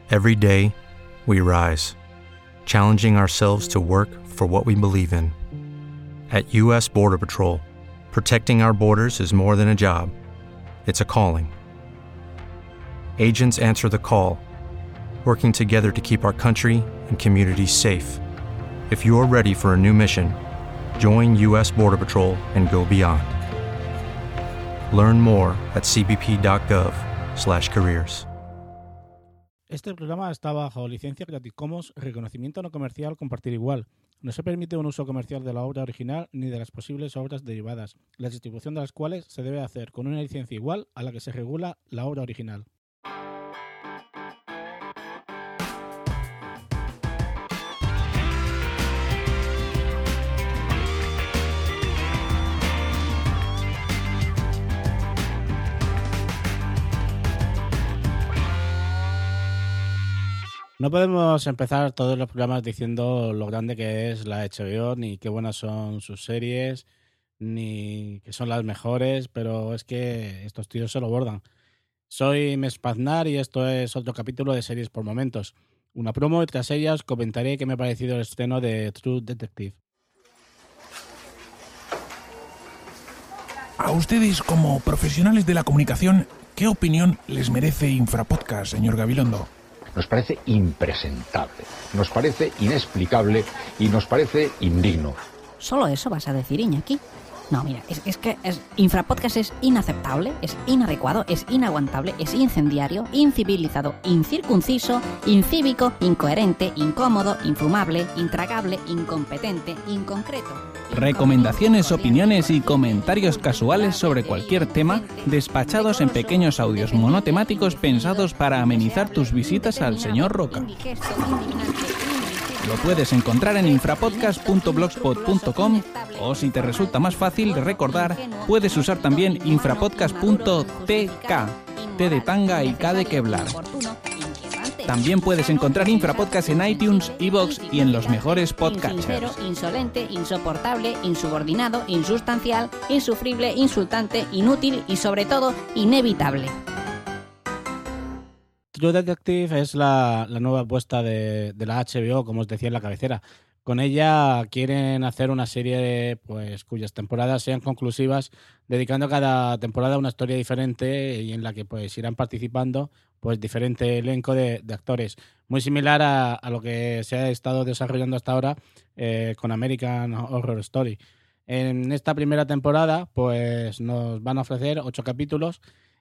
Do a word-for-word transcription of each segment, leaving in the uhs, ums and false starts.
Every day, we rise, challenging ourselves to work for what we believe in. At U S Border Patrol, protecting our borders is more than a job. It's a calling. Agents answer the call, working together to keep our country and communities safe. If you are ready for a new mission, join U S Border Patrol and go beyond. Learn more at c b p dot gov slash careers. Este programa está bajo licencia Creative Commons, reconocimiento no comercial, compartir igual. No se permite un uso comercial de la obra original ni de las posibles obras derivadas, la distribución de las cuales se debe hacer con una licencia igual a la que se regula la obra original. No podemos empezar todos los programas diciendo lo grande que es la H B O, ni qué buenas son sus series, ni que son las mejores, pero es que estos tíos se lo bordan. Soy Mespaznar y esto es otro capítulo de Series por Momentos. Una promo y tras ella os comentaré qué me ha parecido el estreno de True Detective. A ustedes, como profesionales de la comunicación, ¿qué opinión les merece Infrapodcast, señor Gabilondo? Nos parece impresentable, nos parece inexplicable y nos parece indigno. ¿Solo eso vas a decir, Iñaki? No, mira, es, es que es, Infrapodcast es inaceptable, es inadecuado, es inaguantable, es incendiario, incivilizado, incircunciso, incívico, incoherente, incómodo, infumable, intragable, incompetente, inconcreto. Recomendaciones, opiniones y comentarios casuales sobre cualquier tema, despachados en pequeños audios monotemáticos pensados para amenizar tus visitas al señor Roca. Lo puedes encontrar en infrapodcast punto blogspot punto com o, si te resulta más fácil recordar, puedes usar también infrapodcast punto t k, T de tanga y K de Kevlar. También puedes encontrar Infrapodcast en iTunes, iVoox y en los mejores podcatchers. Insolente, insoportable, insubordinado, insustancial, insufrible, insultante, inútil y sobre todo inevitable. True Detective es la, la nueva apuesta de, de la H B O, como os decía en la cabecera. Con ella quieren hacer una serie pues cuyas temporadas sean conclusivas, dedicando cada temporada a una historia diferente y en la que pues irán participando pues diferente elenco de, de actores. Muy similar a, a lo que se ha estado desarrollando hasta ahora eh, con American Horror Story. En esta primera temporada pues nos van a ofrecer ocho capítulos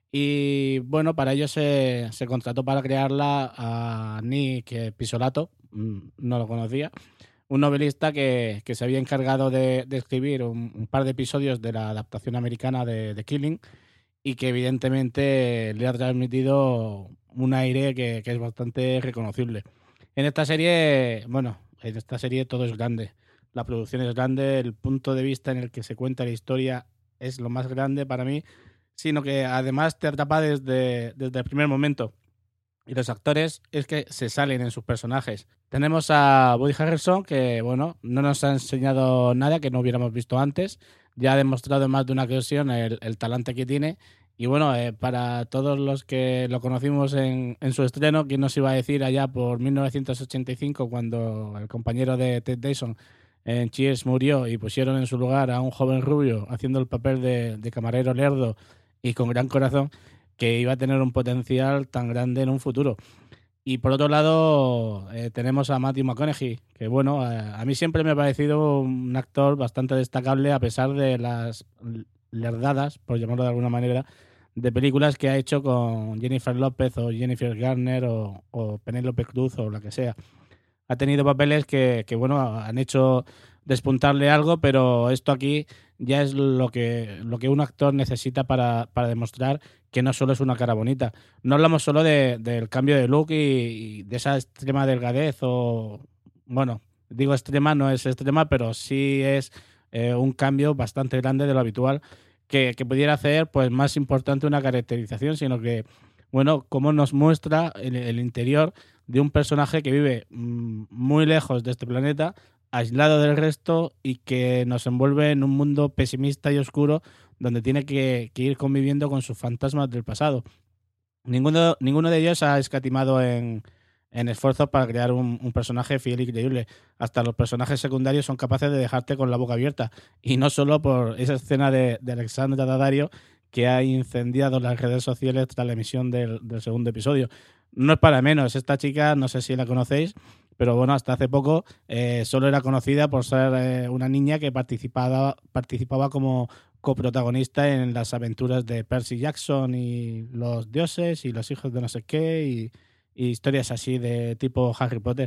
y bueno, para ello se, se contrató para crearla a Nick Pizzolatto, no lo conocía, un novelista que, que se había encargado de, de escribir un, un par de episodios de la adaptación americana de The Killing y que evidentemente le ha transmitido un aire que, que es bastante reconocible. En esta serie, bueno, en esta serie todo es grande. La producción es grande, el punto de vista en el que se cuenta la historia es lo más grande para mí, sino que además te atrapa desde, desde el primer momento. Y los actores es que se salen en sus personajes. Tenemos a Woody Harrelson, que bueno, no nos ha enseñado nada que no hubiéramos visto antes. Ya ha demostrado en más de una ocasión el, el talante que tiene. Y bueno, eh, para todos los que lo conocimos en, en su estreno, ¿quién nos iba a decir allá por mil novecientos ochenta y cinco, cuando el compañero de Ted Danson en Cheers murió y pusieron en su lugar a un joven rubio haciendo el papel de, de camarero lerdo y con gran corazón, que iba a tener un potencial tan grande en un futuro? Y por otro lado eh, tenemos a Matthew McConaughey, que bueno, eh, a mí siempre me ha parecido un actor bastante destacable a pesar de las lerdadas, por llamarlo de alguna manera, de películas que ha hecho con Jennifer López o Jennifer Garner o, o Penélope Cruz o la que sea. Ha tenido papeles que, que bueno, han hecho despuntarle algo, pero esto aquí ya es lo que, lo que un actor necesita para, para demostrar que no solo es una cara bonita. No hablamos solo de, del cambio de look y, y de esa extrema delgadez o... Bueno, digo extrema, no es extrema, pero sí es eh, un cambio bastante grande de lo habitual que, que pudiera hacer pues más importante una caracterización, sino que, bueno, cómo nos muestra el, el interior de un personaje que vive mmm, muy lejos de este planeta, aislado del resto y que nos envuelve en un mundo pesimista y oscuro donde tiene que, que ir conviviendo con sus fantasmas del pasado. Ninguno, ninguno de ellos ha escatimado en, en esfuerzos para crear un, un personaje fiel y creíble. Hasta los personajes secundarios son capaces de dejarte con la boca abierta. Y no solo por esa escena de, de Alexandra Daddario que ha incendiado las redes sociales tras la emisión del, del segundo episodio. No es para menos. Esta chica, no sé si la conocéis, pero bueno, hasta hace poco eh, solo era conocida por ser eh, una niña que participaba, participaba como coprotagonista en las aventuras de Percy Jackson y los dioses y los hijos de no sé qué y, y historias así de tipo Harry Potter.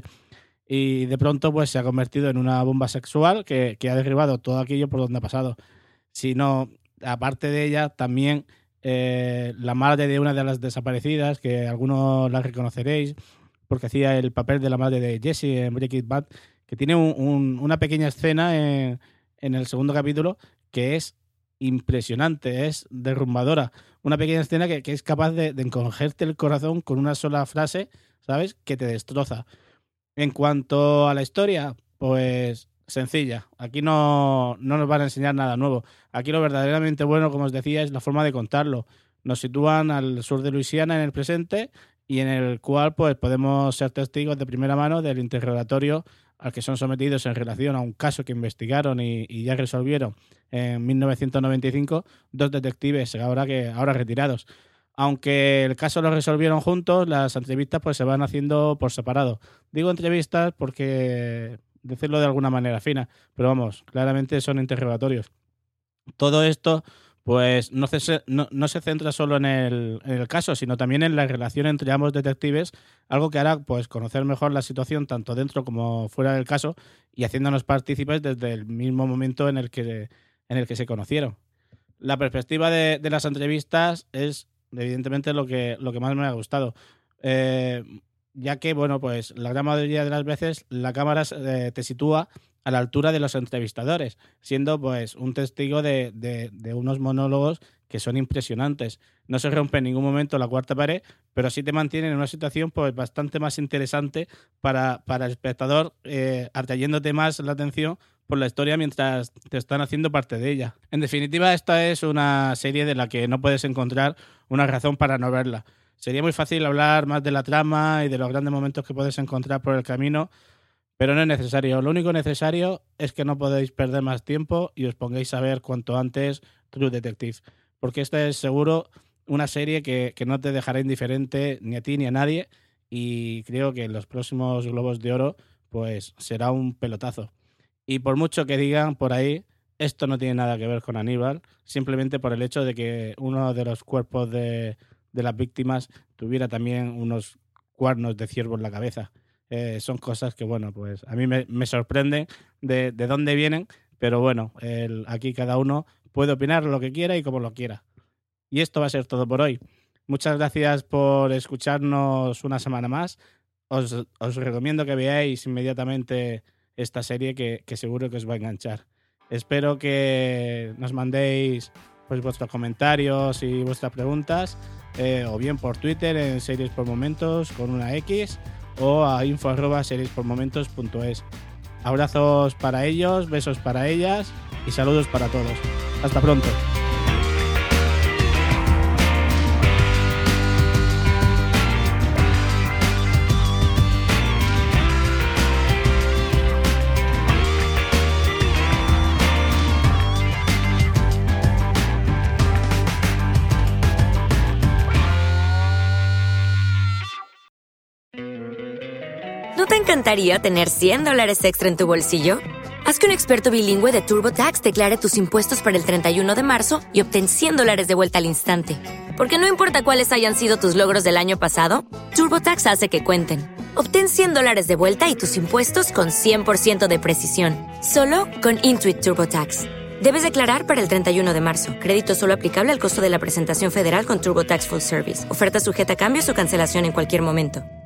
Y de pronto pues se ha convertido en una bomba sexual que, que ha derribado todo aquello por donde ha pasado. Si no, aparte de ella, también eh, la madre de una de las desaparecidas, que algunos la reconoceréis, porque hacía el papel de la madre de Jessie en Breaking Bad, que tiene un, un, una pequeña escena en, en el segundo capítulo que es impresionante, es derrumbadora. Una pequeña escena que, que es capaz de, de encogerte el corazón con una sola frase, ¿sabes? Que te destroza. En cuanto a la historia, pues sencilla. Aquí no, no nos van a enseñar nada nuevo. Aquí lo verdaderamente bueno, como os decía, es la forma de contarlo. Nos sitúan al sur de Luisiana en el presente y en el cual pues podemos ser testigos de primera mano del interrogatorio al que son sometidos en relación a un caso que investigaron y, y ya resolvieron en mil novecientos noventa y cinco dos detectives ahora, que, ahora retirados. Aunque el caso lo resolvieron juntos, las entrevistas pues se van haciendo por separado. Digo entrevistas porque decirlo de alguna manera fina, pero vamos, claramente son interrogatorios. Todo esto pues no se, no, no se centra solo en el, en el caso, sino también en la relación entre ambos detectives, algo que hará pues conocer mejor la situación tanto dentro como fuera del caso y haciéndonos partícipes desde el mismo momento en el que, en el que se conocieron. La perspectiva de, de las entrevistas es evidentemente lo que, lo que más me ha gustado, eh, ya que bueno, pues la gran mayoría de las veces la cámara eh, te sitúa a la altura de los entrevistadores, siendo pues un testigo de, de, de unos monólogos que son impresionantes. No se rompe en ningún momento la cuarta pared, pero sí te mantienen en una situación pues bastante más interesante para, para el espectador, eh, atrayéndote más la atención por la historia mientras te están haciendo parte de ella. En definitiva, esta es una serie de la que no puedes encontrar una razón para no verla. Sería muy fácil hablar más de la trama y de los grandes momentos que puedes encontrar por el camino, pero no es necesario. Lo único necesario es que no podéis perder más tiempo y os pongáis a ver cuanto antes True Detective, porque esta es seguro una serie que, que no te dejará indiferente ni a ti ni a nadie, y creo que en los próximos Globos de Oro pues será un pelotazo. Y por mucho que digan por ahí, esto no tiene nada que ver con Aníbal, simplemente por el hecho de que uno de los cuerpos de, de las víctimas tuviera también unos cuernos de ciervo en la cabeza. Eh, son cosas que, bueno, pues a mí me, me sorprenden de, de dónde vienen, pero bueno, el, aquí cada uno puede opinar lo que quiera y como lo quiera. Y esto va a ser todo por hoy. Muchas gracias por escucharnos una semana más. Os, os recomiendo que veáis inmediatamente esta serie que, que seguro que os va a enganchar. Espero que nos mandéis pues vuestros comentarios y vuestras preguntas, eh, o bien por Twitter en Series por Momentos con una X, o a info arroba series por momentos punto es. Abrazos para ellos, besos para ellas y saludos para todos. Hasta pronto. ¿No te encantaría tener cien dólares extra en tu bolsillo? Haz que un experto bilingüe de TurboTax declare tus impuestos para el treinta y uno de marzo y obtén cien dólares de vuelta al instante. Porque no importa cuáles hayan sido tus logros del año pasado, TurboTax hace que cuenten. Obtén cien dólares de vuelta y tus impuestos con cien por ciento de precisión. Solo con Intuit TurboTax. Debes declarar para el treinta y uno de marzo. Crédito solo aplicable al costo de la presentación federal con TurboTax Full Service. Oferta sujeta a cambios o cancelación en cualquier momento.